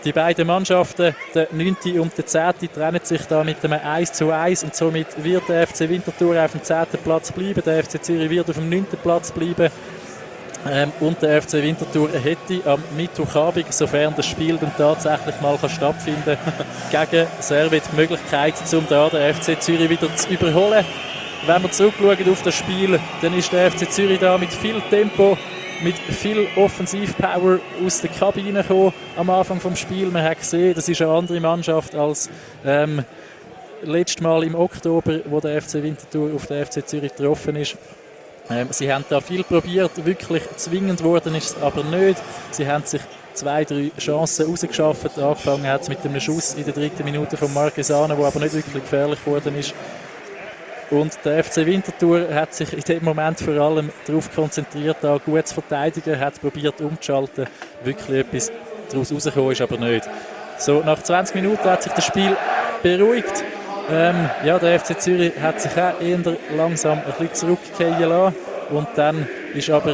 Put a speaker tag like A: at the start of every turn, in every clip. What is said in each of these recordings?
A: Die beiden Mannschaften, der 9. und der 10. trennen sich da mit einem 1:1 und somit wird der FC Winterthur auf dem 10. Platz bleiben, der FC Zürich wird auf dem 9. Platz bleiben und der FC Winterthur hätte am Mittwochabend, sofern das Spiel dann tatsächlich mal stattfinden kann, gegen Servette die Möglichkeit, um da den FC Zürich wieder zu überholen. Wenn wir zurückschauen auf das Spiel, dann ist der FC Zürich da mit viel Tempo, mit viel Offensivpower aus der Kabine gekommen am Anfang des Spiels. Man hat gesehen, das ist eine andere Mannschaft als letztes Mal im Oktober, wo der FC Winterthur auf den FC Zürich getroffen ist. Sie haben da viel probiert, wirklich zwingend worden ist es aber nicht. Sie haben sich 2-3 Chancen rausgeschafft. Angefangen hat es mit einem Schuss in der 3. Minute von Marquesano, der aber nicht wirklich gefährlich geworden ist. Und der FC Winterthur hat sich in dem Moment vor allem darauf konzentriert, da gut zu verteidigen, hat probiert umzuschalten. Wirklich etwas daraus rausgekommen ist aber nicht. So, nach 20 Minuten hat sich das Spiel beruhigt. Der FC Zürich hat sich auch eher langsam ein bisschen zurückgehen lassen. Und dann ist aber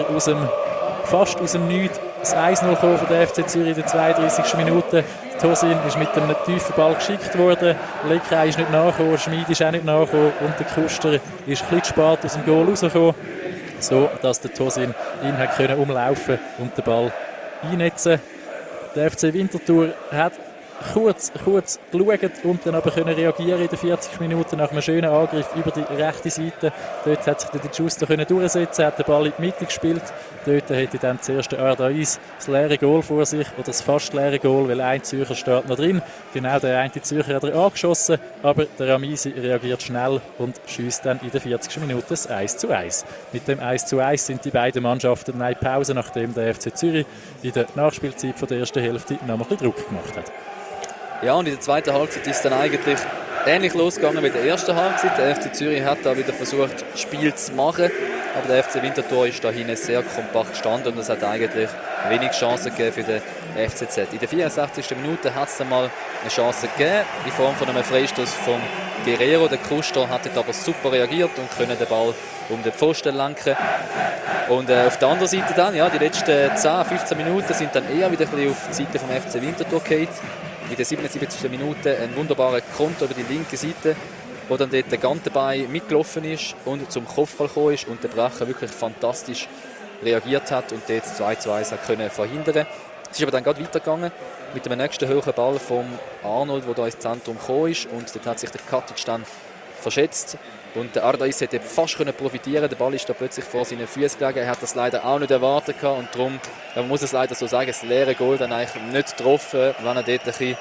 A: fast aus dem Nichts das 1:0 von der FC Zürich in der 32. Minute. Tosin ist mit einem tiefen Ball geschickt worden. Lekai ist nicht nachgekommen, Schmid ist auch nicht nachgekommen und der Kuster ist ein bisschen zu spät aus dem Goal rausgekommen, so dass der Tosin ihn hat können umlaufen und den Ball einnetzen. Der FC Winterthur hat kurz geschaut und dann aber können reagieren in den 40 Minuten nach einem schönen Angriff über die rechte Seite. Dort hat sich der Giusto durchsetzen, hat den Ball in die Mitte gespielt. Dort hätte dann zuerst der Ardais das leere Goal vor sich, oder das fast leere Goal, weil ein Zürcher steht noch drin. Genau, der eine Zürcher hat er angeschossen, aber der Ramisi reagiert schnell und schießt dann in den 40 Minuten das 1:1. Mit dem 1:1 sind die beiden Mannschaften in Pause, nachdem der FC Zürich in der Nachspielzeit von der ersten Hälfte noch ein bisschen Druck gemacht hat.
B: Ja, und in der zweiten Halbzeit ist es dann eigentlich ähnlich losgegangen wie in der ersten Halbzeit. Der FC Zürich hat da wieder versucht, das Spiel zu machen, aber der FC Winterthur ist da hinten sehr kompakt gestanden und es hat eigentlich wenig Chancen gegeben für den FCZ. In der 64. Minute hat es dann mal eine Chance gegeben, in Form von einem Freistoß von Guerrero. Der Kuster hat aber super reagiert und können den Ball um den Pfosten lenken. Und auf der anderen Seite dann, ja, die letzten 10-15 Minuten sind dann eher wieder ein bisschen auf die Seite vom FC Winterthur gefallen. In der 77. Minute ein wunderbarer Konter über die linke Seite, wo dann dort der Gantenbein mitgelaufen ist und zum Kopfball gekommen ist und der Brecher wirklich fantastisch reagiert hat und dort 2:1 hat können verhindern. Es ist aber dann gerade weitergegangen mit dem nächsten hohen Ball von Arnold, der da ins Zentrum gekommen ist und dort hat sich der Katic dann verschätzt. Und der Ardais hätte fast profitieren können. Der Ball ist da plötzlich vor seinen Füßen gelegen. Er hat das leider auch nicht erwartet gehabt. Und darum, man muss es leider so sagen, das leere Goal dann eigentlich nicht getroffen. Wenn er dort ein bisschen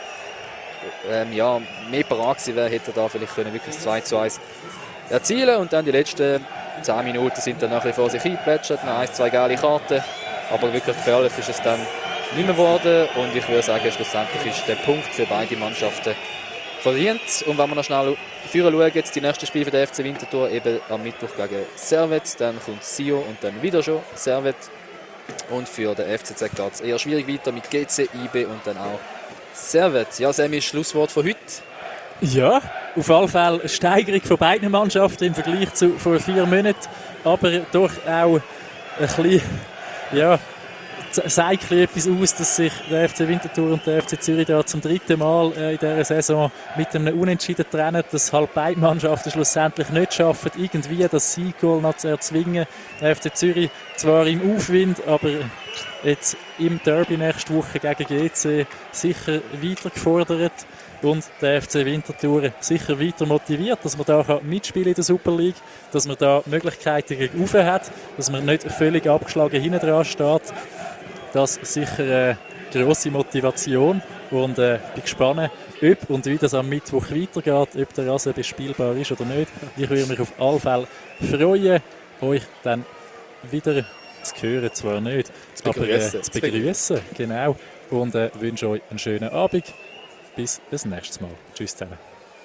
B: mehr parat gewesen wäre, hätte er da vielleicht wirklich das 2:1 erzielen. Und dann die letzten 10 Minuten sind dann nachher vor sich eingeplätschert. Noch 1-2 geile Karten. Aber wirklich gefährlich ist es dann nicht mehr geworden. Und ich würde sagen, schlussendlich ist der Punkt für beide Mannschaften verdient. Und wenn wir noch schnell führen schauen, jetzt die nächsten Spiele für den FC Winterthur eben am Mittwoch gegen Servette, dann kommt Sio und dann wieder schon Servette. Und für den FCZ geht es eher schwierig weiter mit GC, IB und dann auch Servette. Ja, Sammy, Schlusswort von heute.
A: Ja, auf jeden Fall eine Steigerung von beiden Mannschaften im Vergleich zu vor 4 Monaten, aber doch auch ein bisschen, ja, zeigt etwas aus, dass sich der FC Winterthur und der FC Zürich da zum 3. Mal in dieser Saison mit einem Unentschieden trennen, dass halt beide Mannschaften schlussendlich nicht schaffen, irgendwie das Sieggoal noch zu erzwingen. Der FC Zürich zwar im Aufwind, aber jetzt im Derby nächste Woche gegen GC sicher weiter gefordert und der FC Winterthur sicher weiter motiviert, dass man da mitspielen in der Super League, dass man da Möglichkeiten gegen rauf hat, dass man nicht völlig abgeschlagen hinten dran steht. Das ist sicher eine grosse Motivation und bin gespannt, ob und wie das am Mittwoch weitergeht, ob der Rasen bespielbar ist oder nicht. Ich würde mich auf alle Fälle freuen, euch dann wieder zu hören, zwar nicht, aber zu begrüßen. Genau. Und wünsche euch einen schönen Abend. Bis das nächste Mal. Tschüss zusammen.